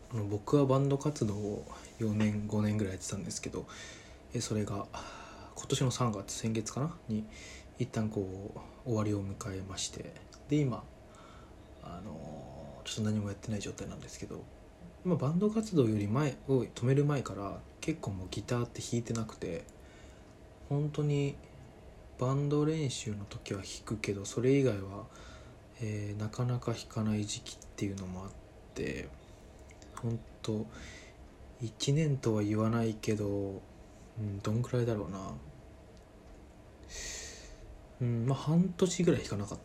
僕はバンド活動を4年5年ぐらいやってたんですけど、それが今年の3月先月かなに一旦こう終わりを迎えまして、で今ちょっと何もやってない状態なんですけど、今バンド活動より前を止める前から結構もうギターって弾いてなくて、本当にバンド練習の時は弾くけどそれ以外は、なかなか弾かない時期っていうのもあって、本当1年とは言わないけど、どんくらいだろうな、まあ半年ぐらい弾かなかった。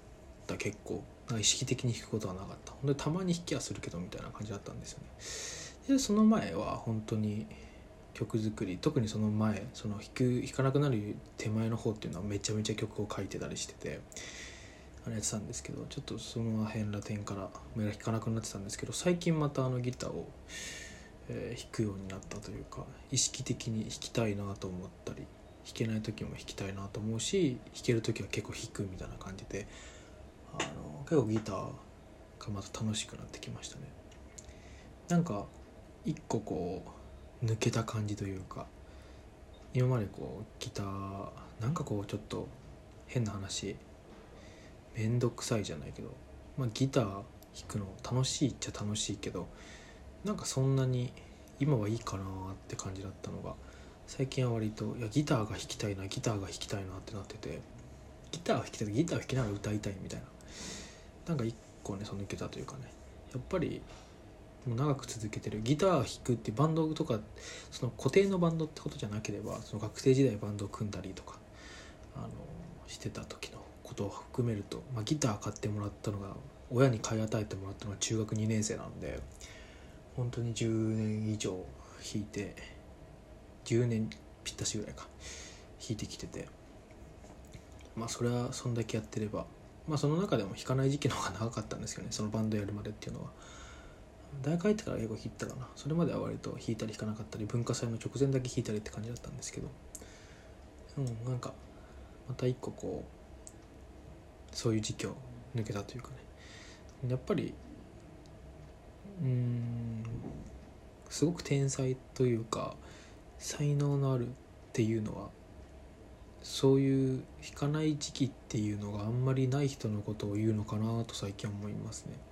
結構意識的に弾くことはなかった。本当にたまに弾きはするけどみたいな感じだったんですよね。でその前は本当に曲作り、特にその前弾かなくなる手前の方っていうのはめちゃめちゃ曲を書いてたりしててやってたんですけど、ちょっとその辺ら点から弾かなくなってたんですけど、最近またギターを、弾くようになったというか、意識的に弾きたいなと思ったり、弾けない時も弾きたいなと思うし、弾ける時は結構弾くみたいな感じで、結構ギターがまた楽しくなってきましたね。なんか一個こう抜けた感じというか、今までこうギターなんかこうちょっと変な話めんどくさいじゃないけど、ギター弾くの楽しいっちゃ楽しいけど、なんかそんなに今はいいかなって感じだったのが、最近は割とギターが弾きたいなってなってて、ギター弾きながら歌いたいみたいな、なんか一個ね抜けたというかね、やっぱりもう長く続けてるギター弾くってバンドとか、その固定のバンドってことじゃなければ、その学生時代バンドを組んだりとかしてた時のことを含めると、ギター買ってもらったのが、親に買い与えてもらったのが中学2年生なんで、本当に10年以上弾いて、10年ぴったしぐらいか弾いてきてて、それはそんだけやってれば、その中でも弾かない時期の方が長かったんですよね、そのバンドやるまでっていうのは。大学入ってから英語弾いたかな。それまでは割と弾いたり弾かなかったり、文化祭の直前だけ弾いたりって感じだったんですけど、なんかまた一個こうそういう時期を抜けたというかね、やっぱりすごく天才というか才能のあるっていうのは、そういう弾かない時期っていうのがあんまりない人のことを言うのかなと最近思いますね。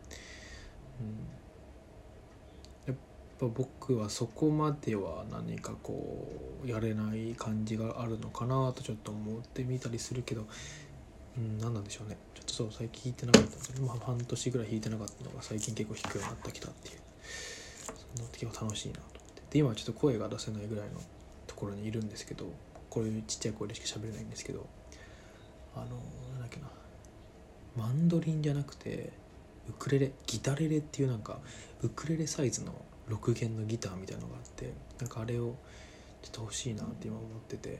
やっぱ僕はそこまでは何かこうやれない感じがあるのかなとちょっと思ってみたりするけど、何なんでしょうね。ちょっとそう最近弾いてなかったんですけど、半年ぐらい弾いてなかったのが最近結構弾くようになってきたっていう、その時は楽しいなと思って。で今はちょっと声が出せないぐらいのところにいるんですけど、こういうちっちゃい声でしか喋れないんですけど、なんだっけな、マンドリンじゃなくてウクレレ、ギタレレっていうなんかウクレレサイズの6弦のギターみたいなのがあって、なんかあれをちょっと欲しいなって今思ってて、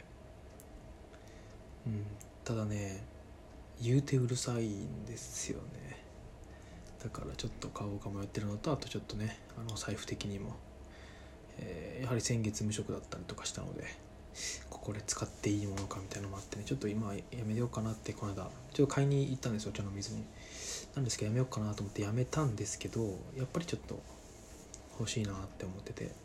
ただね言うてうるさいんですよね。だからちょっと買おうか迷ってるのと、あとちょっとね財布的にも、やはり先月無職だったりとかしたので、これ使っていいものかみたいなのもあってね、ちょっと今やめようかなって、この間ちょっと買いに行ったんですよ、お茶の水に。なんですけどやめようかなと思ってやめたんですけど、やっぱりちょっと欲しいなって思ってて、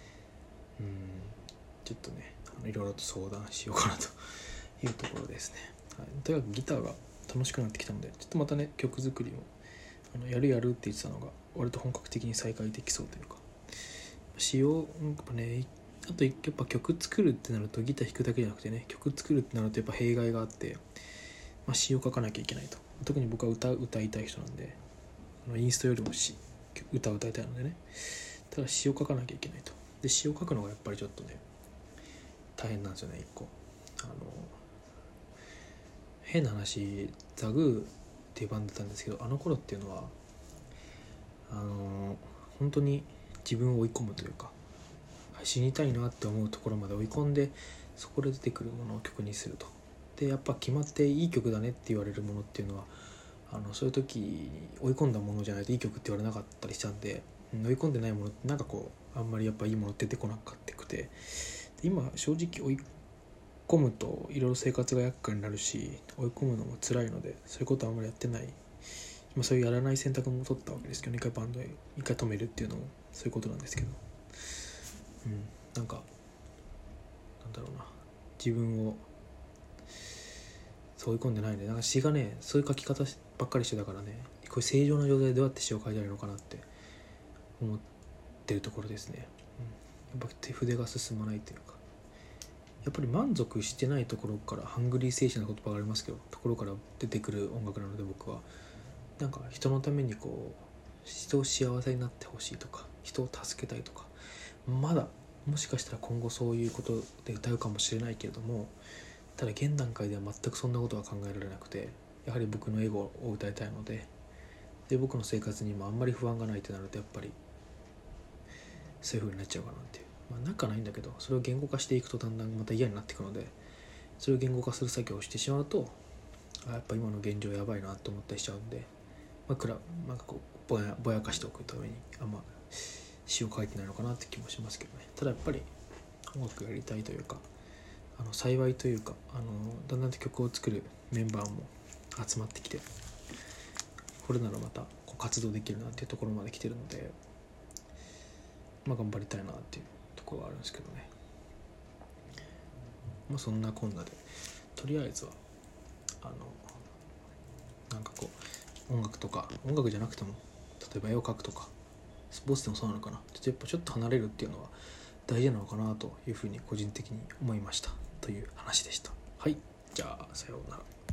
ちょっとねいろいろと相談しようかなというところですね。とにかくギターが楽しくなってきたので、ちょっとまたね曲作りをやるって言ってたのが割と本格的に再開できそうというか、仕様やっぱね、あとやっぱ曲作るってなるとギター弾くだけじゃなくてね、曲作るってなるとやっぱ弊害があって、詩を書かなきゃいけないと。特に僕は歌いたい人なんで、インストよりも歌を歌いたいのでね、ただ詩を書かなきゃいけないと。で詩を書くのがやっぱりちょっとね大変なんですよね。一個変な話、ザグーっていうバンドだったんですけど、あの頃っていうのは本当に自分を追い込むというか、死にたいなって思うところまで追い込んで、そこで出てくるものを曲にすると。でやっぱ決まっていい曲だねって言われるものっていうのはそういう時に追い込んだものじゃないといい曲って言われなかったりしたんで、追い込んでないものってなんかこうあんまりやっぱいいもの出てこなかったくて、で今正直追い込むといろいろ生活が厄介になるし、追い込むのも辛いので、そういうことはあんまりやってないそういうやらない選択も取ったわけですけど、一回バンドへ一回止めるっていうのもそういうことなんですけど、なんかなんだろうな、自分をそう追い込んでないんで、なんか詩がねそういう書き方ばっかりしてたからね、これ正常な状態でどうやって詩を書いたらいいのかなって思ってるところですね。やっぱ手筆が進まないというか、やっぱり満足してないところから、ハングリー精神の言葉がありますけど、ところから出てくる音楽なので、僕はなんか人のためにこう人を幸せになってほしいとか、人を助けたいとか、まだもしかしたら今後そういうことで歌うかもしれないけれども、ただ現段階では全くそんなことは考えられなくて、やはり僕のエゴを歌いたいので、僕の生活にもあんまり不安がないってなると、やっぱりそういう風になっちゃうかなっていう、なんかないんだけど、それを言語化していくとだんだんまた嫌になっていくので、それを言語化する作業をしてしまうと、やっぱ今の現状やばいなと思ったりしちゃうんで、なんかこうぼやかしておくためにあんま詩を書いてないのかなって気もしますけどね。ただやっぱり音楽やりたいというか、幸いというか、だんだんと曲を作るメンバーも集まってきて、これならまたこう活動できるなっていうところまで来てるので、頑張りたいなっていうところがあるんですけどね。そんなこんなで、とりあえずはなんかこう音楽とか、音楽じゃなくても例えば絵を描くとかスポーツでもそうなのかな、やっぱちょっと離れるっていうのは大事なのかなというふうに個人的に思いましたという話でした。はい、じゃあさようなら。